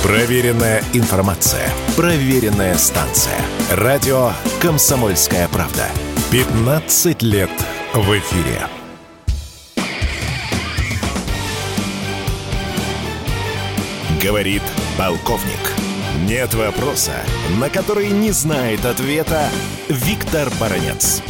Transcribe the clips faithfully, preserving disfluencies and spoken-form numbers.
Проверенная информация. Проверенная станция. Радио «Комсомольская правда». пятнадцать лет в эфире. Говорит полковник. Нет вопроса, на который не знает ответа Виктор Баранец.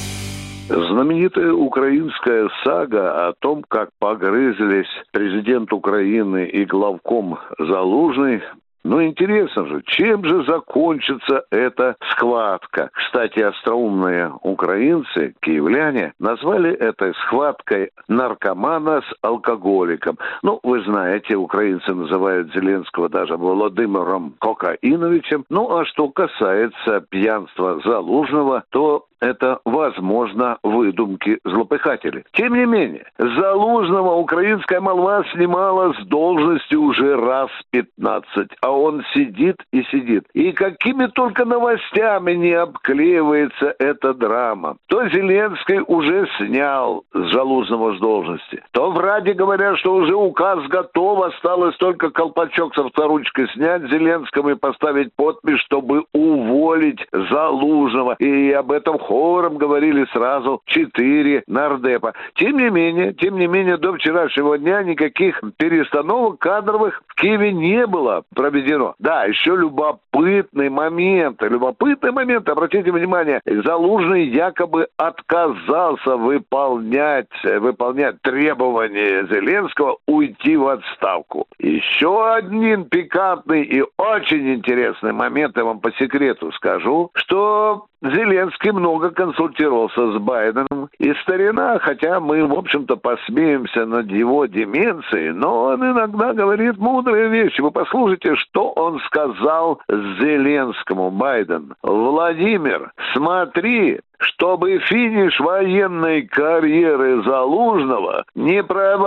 Знаменитая украинская сага о том, как погрызлись президент Украины и главком Залужный. Ну, интересно же, чем же закончится эта схватка? Кстати, остроумные украинцы, киевляне, назвали этой схваткой наркомана с алкоголиком. Ну, вы знаете, украинцы называют Зеленского даже Володимиром Кокаиновичем. Ну, а что касается пьянства Залужного, то это, возможно, выдумки злопыхателей. Тем не менее, Залужного украинская молва снимала с должности уже раз пятнадцать, а он сидит и сидит. И какими только новостями не обклеивается эта драма. То Зеленский уже снял Залужного с должности, то в Раде говорят, что уже указ готов, осталось только колпачок со вторучкой снять Зеленскому и поставить подпись, чтобы уволить Залужного. И об этом хором говорили сразу четыре нардепа. Тем не менее, тем не менее, до вчерашнего дня никаких перестановок кадровых в Киеве не было проведено. Да, еще любопытный момент, любопытный момент, обратите внимание, Залужный якобы отказался выполнять, выполнять требования Зеленского уйти в отставку. Еще один пикантный и очень интересный момент, я вам по секрету скажу, что Зеленский много консультировался с Байденом. И старина, хотя мы, в общем-то, посмеемся над его деменцией, но он иногда говорит мудрые вещи. Вы послушайте, что он сказал Зеленскому, Байден. Владимир, смотри, чтобы финиш военной карьеры Залужного не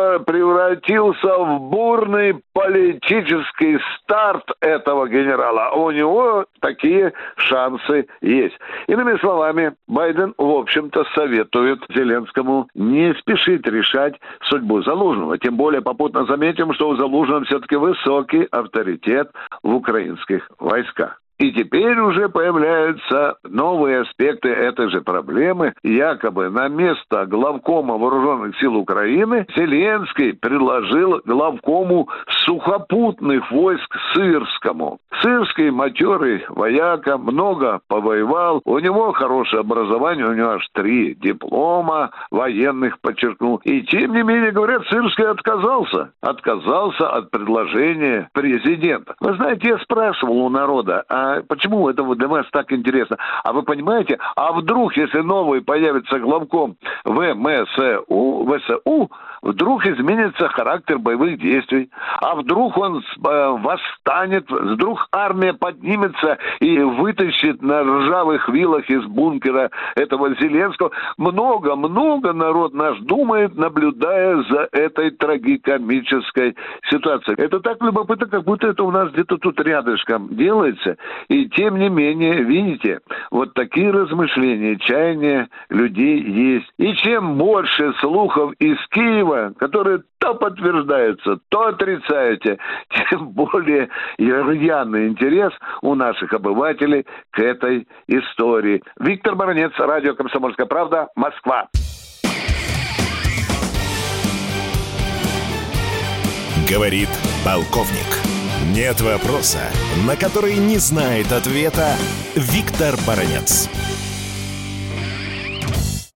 превратился в бурный политический старт этого генерала. У него такие шансы есть. Иными словами, Байден, в общем-то, советует Зеленскому не спешить решать судьбу Залужного. Тем более попутно заметим, что у Залужного все-таки высокий авторитет в украинских войсках. И теперь уже появляются новые аспекты этой же проблемы. Якобы на место главкома вооруженных сил Украины Зеленский предложил главкому сухопутных войск Сырскому. Сырский матерый вояка, много повоевал. У него хорошее образование, у него аж три диплома военных, подчеркнул. И тем не менее, говорят, Сырский отказался. Отказался от предложения президента. Вы знаете, я спрашивал у народа, а А почему это для вас так интересно? А вы понимаете, а вдруг, если новый появится главком ВМСУ, ВСУ, вдруг изменится характер боевых действий, а вдруг он э, восстанет, вдруг армия поднимется и вытащит на ржавых вилах из бункера этого Зеленского. Много-много народ наш думает, наблюдая за этой трагикомической ситуацией. Это так любопытно, как будто это у нас где-то тут рядышком делается. И тем не менее, видите, вот такие размышления, чаяния людей есть. И чем больше слухов из Киева, которые то подтверждаются, то отрицаете, тем более рьяный интерес у наших обывателей к этой истории. Виктор Баранец, радио «Комсомольская правда», Москва. Говорит полковник. Нет вопроса, на который не знает ответа Виктор Баранец.